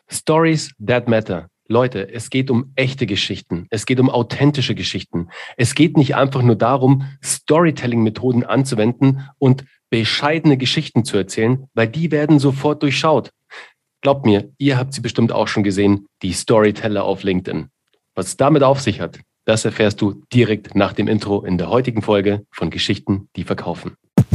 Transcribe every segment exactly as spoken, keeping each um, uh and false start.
Stories that matter. Leute, es geht um echte Geschichten. Es geht um authentische Geschichten. Es geht nicht einfach nur darum, Storytelling-Methoden anzuwenden und bescheidene Geschichten zu erzählen, weil die werden sofort durchschaut. Glaubt mir, ihr habt sie bestimmt auch schon gesehen, die Storyteller auf LinkedIn. Was es damit auf sich hat, das erfährst du direkt nach dem Intro in der heutigen Folge von Geschichten, die verkaufen.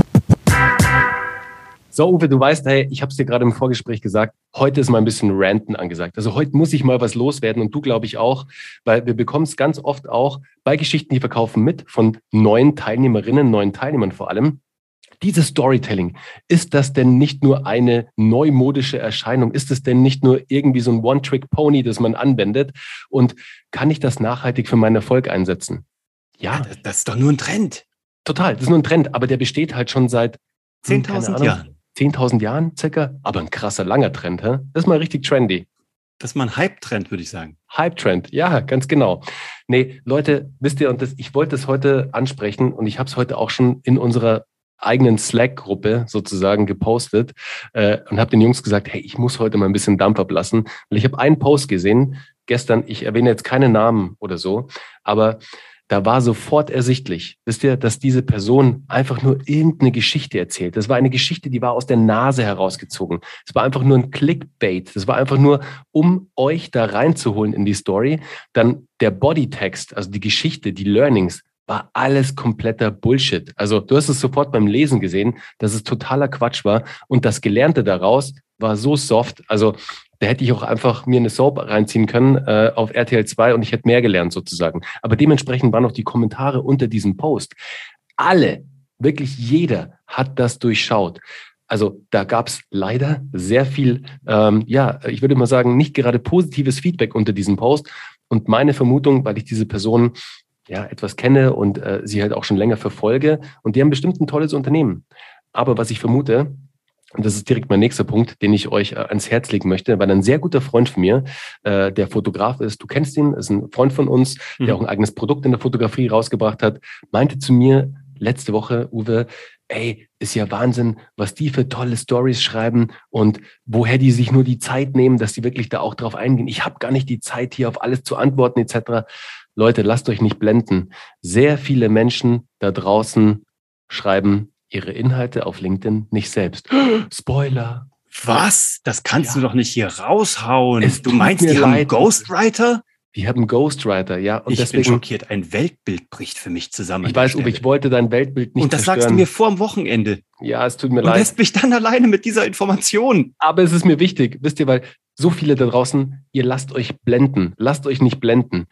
So, Uwe, du weißt, hey, ich habe es dir gerade im Vorgespräch gesagt, heute ist mal ein bisschen Ranten angesagt. Also heute muss ich mal was loswerden und du, glaube ich, auch, weil wir bekommen es ganz oft auch bei Geschichten, die verkaufen mit, von neuen Teilnehmerinnen, neuen Teilnehmern vor allem. Dieses Storytelling, ist das denn nicht nur eine neumodische Erscheinung? Ist es denn nicht nur irgendwie so ein One-Trick-Pony, das man anwendet? Und kann ich das nachhaltig für meinen Erfolg einsetzen? Ja. ja das, das ist doch nur ein Trend. Total, das ist nur ein Trend, aber der besteht halt schon seit zehntausend Jahren. zehntausend Jahren circa, aber ein krasser, langer Trend. Hä? Das ist mal richtig trendy. Das ist mal ein Hype-Trend, würde ich sagen. Hype-Trend, ja, ganz genau. Nee, Leute, wisst ihr, und das, ich wollte es heute ansprechen und ich habe es heute auch schon in unserer eigenen Slack-Gruppe sozusagen gepostet äh, und habe den Jungs gesagt, hey, ich muss heute mal ein bisschen Dampf ablassen, weil ich habe einen Post gesehen, gestern, ich erwähne jetzt keine Namen oder so, aber da war sofort ersichtlich, wisst ihr, dass diese Person einfach nur irgendeine Geschichte erzählt. Das war eine Geschichte, die war aus der Nase herausgezogen. Es war einfach nur ein Clickbait. Das war einfach nur, um euch da reinzuholen in die Story. Dann der Bodytext, also die Geschichte, die Learnings, war alles kompletter Bullshit. Also du hast es sofort beim Lesen gesehen, dass es totaler Quatsch war. Und das Gelernte daraus war so soft. Also da hätte ich auch einfach mir eine Soap reinziehen können äh, auf R T L zwei und ich hätte mehr gelernt sozusagen. Aber dementsprechend waren auch die Kommentare unter diesem Post. Alle, wirklich jeder hat das durchschaut. Also da gab es leider sehr viel, ähm, ja, ich würde mal sagen, nicht gerade positives Feedback unter diesem Post. Und meine Vermutung, weil ich diese Person ja etwas kenne und äh, sie halt auch schon länger verfolge und die haben bestimmt ein tolles Unternehmen. Aber was ich vermute, und das ist direkt mein nächster Punkt, den ich euch äh, ans Herz legen möchte, weil ein sehr guter Freund von mir, äh, der Fotograf ist, du kennst ihn, ist ein Freund von uns, mhm. der auch ein eigenes Produkt in der Fotografie rausgebracht hat, meinte zu mir letzte Woche, Uwe, ey, ist ja Wahnsinn, was die für tolle Stories schreiben und woher die sich nur die Zeit nehmen, dass die wirklich da auch drauf eingehen. Ich habe gar nicht die Zeit, hier auf alles zu antworten et cetera. Leute, lasst euch nicht blenden. Sehr viele Menschen da draußen schreiben ihre Inhalte auf LinkedIn nicht selbst. Spoiler. Was? Das kannst ja. du doch nicht hier raushauen. Es du meinst, die leid. haben Ghostwriter? Die haben Ghostwriter, ja. Und ich deswegen, bin schockiert. Ein Weltbild bricht für mich zusammen. Ich weiß, Uwe, ich wollte dein Weltbild nicht Und das zerstören. sagst du mir vor dem Wochenende. Ja, es tut mir Und leid. Und lässt mich dann alleine mit dieser Information. Aber es ist mir wichtig, wisst ihr, weil so viele da draußen, ihr lasst euch blenden. Lasst euch nicht blenden.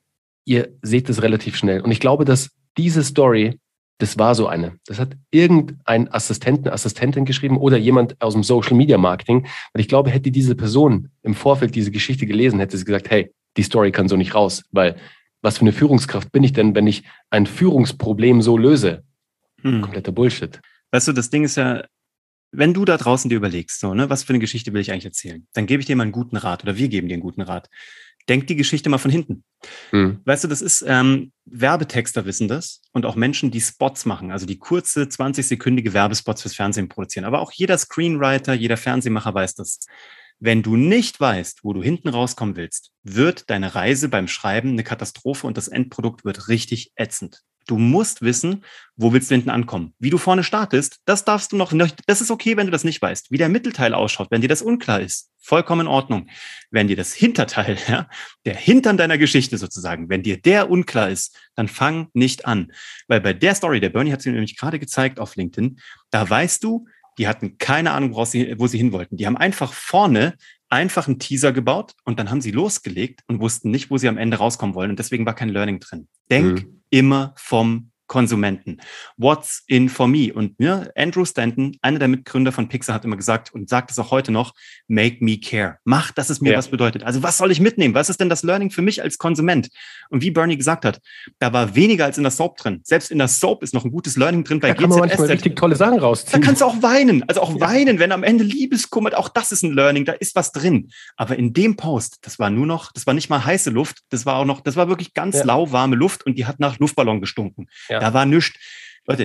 Ihr seht es relativ schnell. Und ich glaube, dass diese Story, das war so eine. Das hat irgendein Assistenten, Assistentin geschrieben oder jemand aus dem Social Media Marketing. Weil ich glaube, hätte diese Person im Vorfeld diese Geschichte gelesen, hätte sie gesagt, hey, die Story kann so nicht raus. Weil was für eine Führungskraft bin ich denn, wenn ich ein Führungsproblem so löse? Hm. Kompletter Bullshit. Weißt du, das Ding ist ja, wenn du da draußen dir überlegst, so, ne, was für eine Geschichte will ich eigentlich erzählen, dann gebe ich dir mal einen guten Rat oder wir geben dir einen guten Rat. Denk die Geschichte mal von hinten. Hm. Weißt du, das ist, ähm, Werbetexter wissen das und auch Menschen, die Spots machen, also die kurze zwanzig-sekündige Werbespots fürs Fernsehen produzieren. Aber auch jeder Screenwriter, jeder Fernsehmacher weiß das. Wenn du nicht weißt, wo du hinten rauskommen willst, wird deine Reise beim Schreiben eine Katastrophe und das Endprodukt wird richtig ätzend. Du musst wissen, wo willst du hinten ankommen. Wie du vorne startest, das darfst du noch nicht, das ist okay, wenn du das nicht weißt. Wie der Mittelteil ausschaut, wenn dir das unklar ist, vollkommen in Ordnung. Wenn dir das Hinterteil, ja, der Hintern deiner Geschichte sozusagen, wenn dir der unklar ist, dann fang nicht an. Weil bei der Story, der Bernie hat sie nämlich gerade gezeigt auf LinkedIn, da weißt du, die hatten keine Ahnung, wo sie, wo sie hin wollten. Die haben einfach vorne einfach einen Teaser gebaut und dann haben sie losgelegt und wussten nicht, wo sie am Ende rauskommen wollen. Und deswegen war kein Learning drin. Denk mhm. immer vom Konsumenten. What's in for me? Und ja, Andrew Stanton, einer der Mitgründer von Pixar, hat immer gesagt und sagt es auch heute noch, make me care. Mach, dass es mir ja. was bedeutet. Also was soll ich mitnehmen? Was ist denn das Learning für mich als Konsument? Und wie Bernie gesagt hat, da war weniger als in der Soap drin. Selbst in der Soap ist noch ein gutes Learning drin. Bei da kann man manchmal richtig tolle Sachen rausziehen. Da kannst du auch weinen. Also auch ja. weinen, wenn am Ende Liebeskummer, auch das ist ein Learning, da ist was drin. Aber in dem Post, das war nur noch, das war nicht mal heiße Luft, das war auch noch, das war wirklich ganz ja. lauwarme Luft und die hat nach Luftballon gestunken. Ja. Da war nichts. Leute,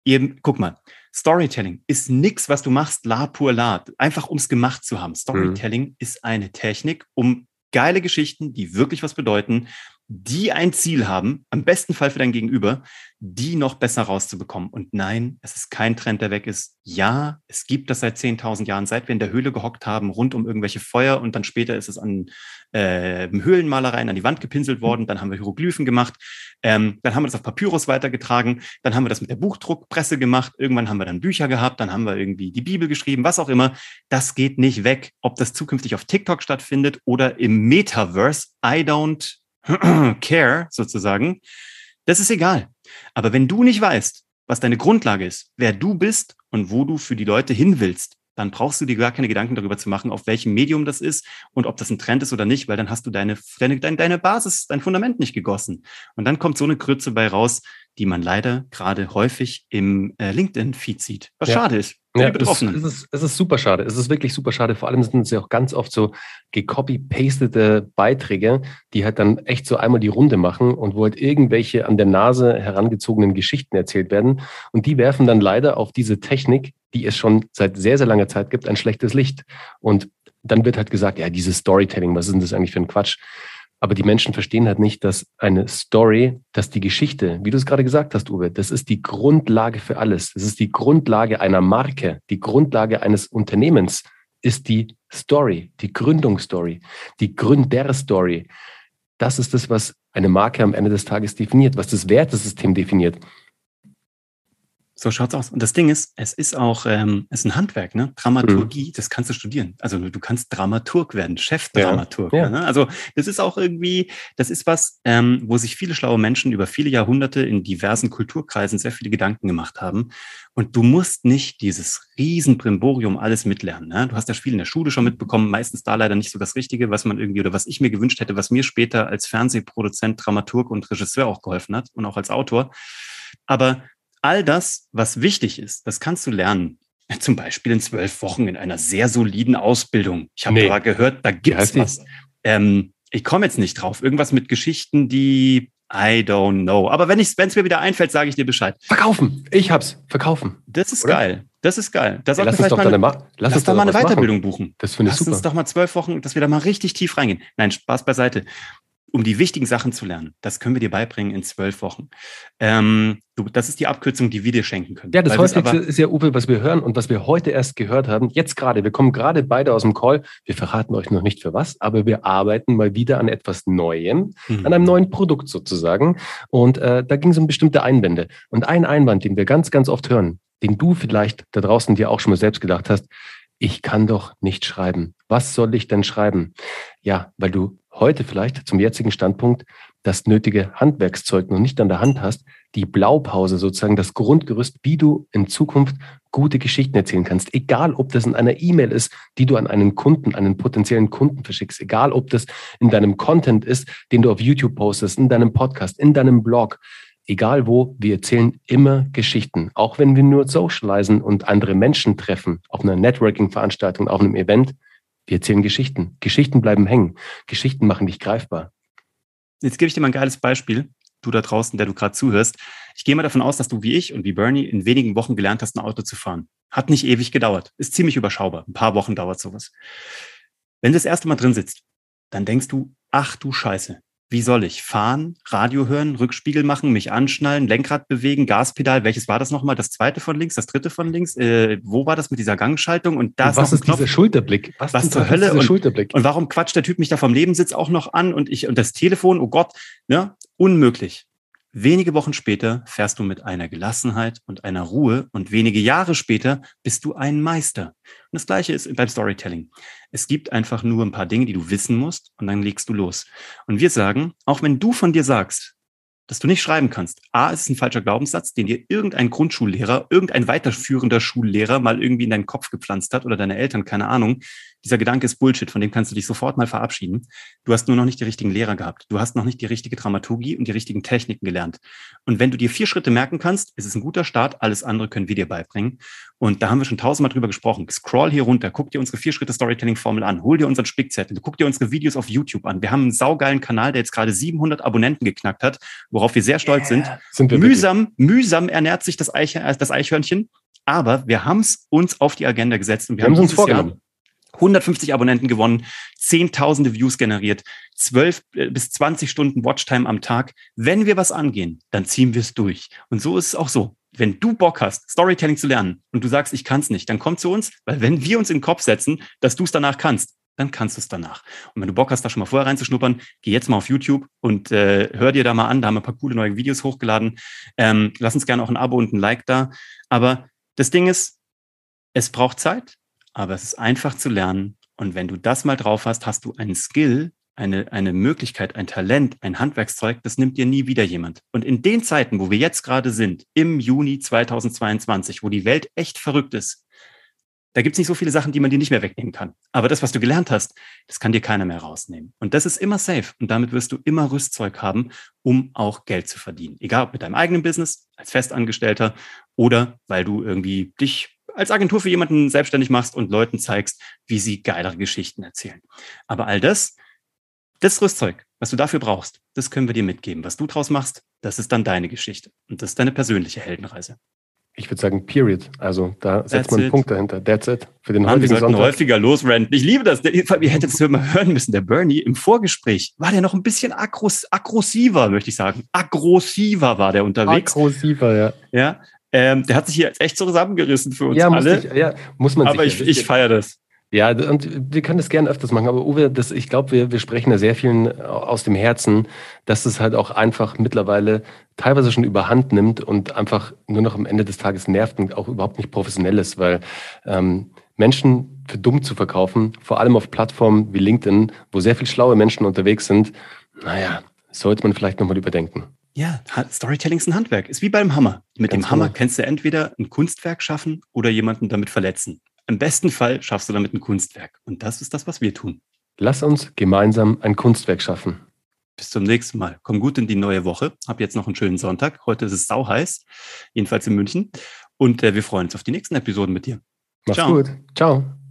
Eben, guck mal, Storytelling ist nichts, was du machst, la pur la, einfach um es gemacht zu haben. Storytelling mhm. ist eine Technik, um geile Geschichten, die wirklich was bedeuten, die ein Ziel haben, am besten Fall für dein Gegenüber, die noch besser rauszubekommen. Und nein, es ist kein Trend, der weg ist. Ja, es gibt das seit zehntausend Jahren, seit wir in der Höhle gehockt haben, rund um irgendwelche Feuer und dann später ist es an äh, Höhlenmalereien an die Wand gepinselt worden, dann haben wir Hieroglyphen gemacht, ähm, dann haben wir das auf Papyrus weitergetragen, dann haben wir das mit der Buchdruckpresse gemacht, irgendwann haben wir dann Bücher gehabt, dann haben wir irgendwie die Bibel geschrieben, was auch immer. Das geht nicht weg. Ob das zukünftig auf TikTok stattfindet oder im Metaverse, I don't care sozusagen, das ist egal. Aber wenn du nicht weißt, was deine Grundlage ist, wer du bist und wo du für die Leute hin willst, dann brauchst du dir gar keine Gedanken darüber zu machen, auf welchem Medium das ist und ob das ein Trend ist oder nicht, weil dann hast du deine, deine, deine Basis, dein Fundament nicht gegossen. Und dann kommt so eine Grütze bei raus, die man leider gerade häufig im äh, LinkedIn-Feed sieht, was ja. schade ist. Ja, Betroffenen. Es, es, ist, es ist super schade. Es ist wirklich super schade. Vor allem sind es ja auch ganz oft so gecopy-pastete Beiträge, die halt dann echt so einmal die Runde machen und wo halt irgendwelche an der Nase herangezogenen Geschichten erzählt werden. Und die werfen dann leider auf diese Technik, die es schon seit sehr, sehr langer Zeit gibt, ein schlechtes Licht. Und dann wird halt gesagt, ja, dieses Storytelling, was ist denn das eigentlich für ein Quatsch? Aber die Menschen verstehen halt nicht, dass eine Story, dass die Geschichte, wie du es gerade gesagt hast, Uwe, das ist die Grundlage für alles. Das ist die Grundlage einer Marke. Die Grundlage eines Unternehmens ist die Story, die Gründungsstory, die Gründerstory. Das ist das, was eine Marke am Ende des Tages definiert, was das Wertesystem definiert. So schaut's aus. Und das Ding ist, es ist auch, ähm, es ist ein Handwerk, ne? Dramaturgie, mhm. das kannst du studieren. Also du kannst Dramaturg werden, Chefdramaturg. Ja, ja. Ne? Also das ist auch irgendwie, das ist was, ähm, wo sich viele schlaue Menschen über viele Jahrhunderte in diversen Kulturkreisen sehr viele Gedanken gemacht haben. Und du musst nicht dieses Riesenbrimborium alles mitlernen. Ne? Du hast das Spiel in der Schule schon mitbekommen, meistens da leider nicht so das Richtige, was man irgendwie oder was ich mir gewünscht hätte, was mir später als Fernsehproduzent, Dramaturg und Regisseur auch geholfen hat und auch als Autor. Aber all das, was wichtig ist, das kannst du lernen. Zum Beispiel in zwölf Wochen in einer sehr soliden Ausbildung. Ich habe nee. da gehört, da gibt's was. Ähm, ich komme jetzt nicht drauf. Irgendwas mit Geschichten, die I don't know. Aber wenn es mir wieder einfällt, sage ich dir Bescheid. Verkaufen. Ich hab's. Verkaufen. Das ist Oder? geil. Das ist geil. Da ja, lass uns doch mal eine, Ma- lass lass uns da mal eine Weiterbildung machen. buchen. Das finde ich lass super. Lass uns doch mal zwölf Wochen, dass wir da mal richtig tief reingehen. Nein, Spaß beiseite. Um die wichtigen Sachen zu lernen. Das können wir dir beibringen in zwölf Wochen. Ähm, du, das ist die Abkürzung, die wir dir schenken können. Ja, das Häufigste ist ja, Uwe, was wir hören und was wir heute erst gehört haben, jetzt gerade, wir kommen gerade beide aus dem Call, wir verraten euch noch nicht für was, aber wir arbeiten mal wieder an etwas Neuem, mhm. an einem neuen Produkt sozusagen. Und äh, da ging es um bestimmte Einwände. Und ein Einwand, den wir ganz, ganz oft hören, den du vielleicht da draußen dir auch schon mal selbst gedacht hast, ich kann doch nicht schreiben. Was soll ich denn schreiben? Ja, weil du heute vielleicht zum jetzigen Standpunkt das nötige Handwerkszeug noch nicht an der Hand hast, die Blaupause sozusagen, das Grundgerüst, wie du in Zukunft gute Geschichten erzählen kannst. Egal, ob das in einer E-Mail ist, die du an einen Kunden, einen potenziellen Kunden verschickst. Egal, ob das in deinem Content ist, den du auf YouTube postest, in deinem Podcast, in deinem Blog. Egal wo, wir erzählen immer Geschichten. Auch wenn wir nur socialisen und andere Menschen treffen, auf einer Networking-Veranstaltung, auf einem Event, wir erzählen Geschichten. Geschichten bleiben hängen. Geschichten machen dich greifbar. Jetzt gebe ich dir mal ein geiles Beispiel. Du da draußen, der du gerade zuhörst. Ich gehe mal davon aus, dass du wie ich und wie Bernie in wenigen Wochen gelernt hast, ein Auto zu fahren. Hat nicht ewig gedauert. Ist ziemlich überschaubar. Ein paar Wochen dauert sowas. Wenn du das erste Mal drin sitzt, dann denkst du, ach du Scheiße. Wie soll ich fahren, Radio hören, Rückspiegel machen, mich anschnallen, Lenkrad bewegen, Gaspedal? Welches war das nochmal? Das zweite von links, das dritte von links? Äh, wo war das mit dieser Gangschaltung? Und da und was ist dieser Schulterblick? Was, was zur Hölle? Und, Schulterblick? Und warum quatscht der Typ mich da vom Nebensitz auch noch an? Und ich und das Telefon, oh Gott, ne? Unmöglich. Wenige Wochen später fährst du mit einer Gelassenheit und einer Ruhe und wenige Jahre später bist du ein Meister. Und das Gleiche ist beim Storytelling. Es gibt einfach nur ein paar Dinge, die du wissen musst und dann legst du los. Und wir sagen, auch wenn du von dir sagst, dass du nicht schreiben kannst. A, es ist ein falscher Glaubenssatz, den dir irgendein Grundschullehrer, irgendein weiterführender Schullehrer mal irgendwie in deinen Kopf gepflanzt hat oder deine Eltern, keine Ahnung. Dieser Gedanke ist Bullshit, von dem kannst du dich sofort mal verabschieden. Du hast nur noch nicht die richtigen Lehrer gehabt. Du hast noch nicht die richtige Dramaturgie und die richtigen Techniken gelernt. Und wenn du dir vier Schritte merken kannst, ist es ein guter Start. Alles andere können wir dir beibringen. Und da haben wir schon tausendmal drüber gesprochen. Scroll hier runter, guck dir unsere vier Schritte Storytelling-Formel an, hol dir unseren Spickzettel, guck dir unsere Videos auf YouTube an. Wir haben einen saugeilen Kanal, der jetzt gerade siebenhundert Abonnenten geknackt hat. worauf wir sehr stolz yeah, sind. sind wir mühsam, mühsam ernährt sich das, Eich, das Eichhörnchen, aber wir haben es uns auf die Agenda gesetzt und wir, wir haben es uns vorgenommen. Jahr hundertfünfzig Abonnenten gewonnen, zehntausende Views generiert, zwölf bis zwanzig Stunden Watchtime am Tag. Wenn wir was angehen, dann ziehen wir es durch. Und so ist es auch so. Wenn du Bock hast, Storytelling zu lernen und du sagst, ich kann es nicht, dann komm zu uns, weil wenn wir uns in den Kopf setzen, dass du es danach kannst, dann kannst du es danach. Und wenn du Bock hast, da schon mal vorher reinzuschnuppern, geh jetzt mal auf YouTube und äh, hör dir da mal an, da haben wir ein paar coole neue Videos hochgeladen. Ähm, lass uns gerne auch ein Abo und ein Like da. Aber das Ding ist, es braucht Zeit, aber es ist einfach zu lernen. Und wenn du das mal drauf hast, hast du einen Skill, eine, eine Möglichkeit, ein Talent, ein Handwerkszeug, das nimmt dir nie wieder jemand. Und in den Zeiten, wo wir jetzt gerade sind, im Juni zweitausendzweiundzwanzig, wo die Welt echt verrückt ist, da gibt es nicht so viele Sachen, die man dir nicht mehr wegnehmen kann. Aber das, was du gelernt hast, das kann dir keiner mehr rausnehmen. Und das ist immer safe. Und damit wirst du immer Rüstzeug haben, um auch Geld zu verdienen. Egal ob mit deinem eigenen Business, als Festangestellter oder weil du irgendwie dich als Agentur für jemanden selbstständig machst und Leuten zeigst, wie sie geilere Geschichten erzählen. Aber all das, das Rüstzeug, was du dafür brauchst, das können wir dir mitgeben. Was du draus machst, das ist dann deine Geschichte. Und das ist deine persönliche Heldenreise. Ich würde sagen, period. Also da That's setzt man einen it. Punkt dahinter. That's it. Für den Mann, heutigen wir sollten Sonntag. häufiger losrennen. Ich liebe das. Ihr hättet es mal hören müssen. Der Bernie im Vorgespräch war der noch ein bisschen aggros- aggressiver, möchte ich sagen. Aggressiver war der unterwegs. Aggressiver, ja. Ja. Ähm, der hat sich hier jetzt echt zusammengerissen für uns ja, alle. Muss ich, ja, muss man aber sich ich, ich feiere das. Ja, und wir können das gerne öfters machen. Aber Uwe, das, ich glaube, wir, wir sprechen da sehr vielen aus dem Herzen, dass es halt auch einfach mittlerweile teilweise schon überhand nimmt und einfach nur noch am Ende des Tages nervt und auch überhaupt nicht professionell ist, weil ähm, Menschen für dumm zu verkaufen, vor allem auf Plattformen wie LinkedIn, wo sehr viele schlaue Menschen unterwegs sind, naja, sollte man vielleicht nochmal überdenken. Ja, Storytelling ist ein Handwerk. Ist wie beim Hammer. Mit Ganz dem Hammer genau. kannst du entweder ein Kunstwerk schaffen oder jemanden damit verletzen. Im besten Fall schaffst du damit ein Kunstwerk. Und das ist das, was wir tun. Lass uns gemeinsam ein Kunstwerk schaffen. Bis zum nächsten Mal. Komm gut in die neue Woche. Hab jetzt noch einen schönen Sonntag. Heute ist es sauheiß. Jedenfalls in München. Und äh, wir freuen uns auf die nächsten Episoden mit dir. Mach's Ciao. gut. Ciao.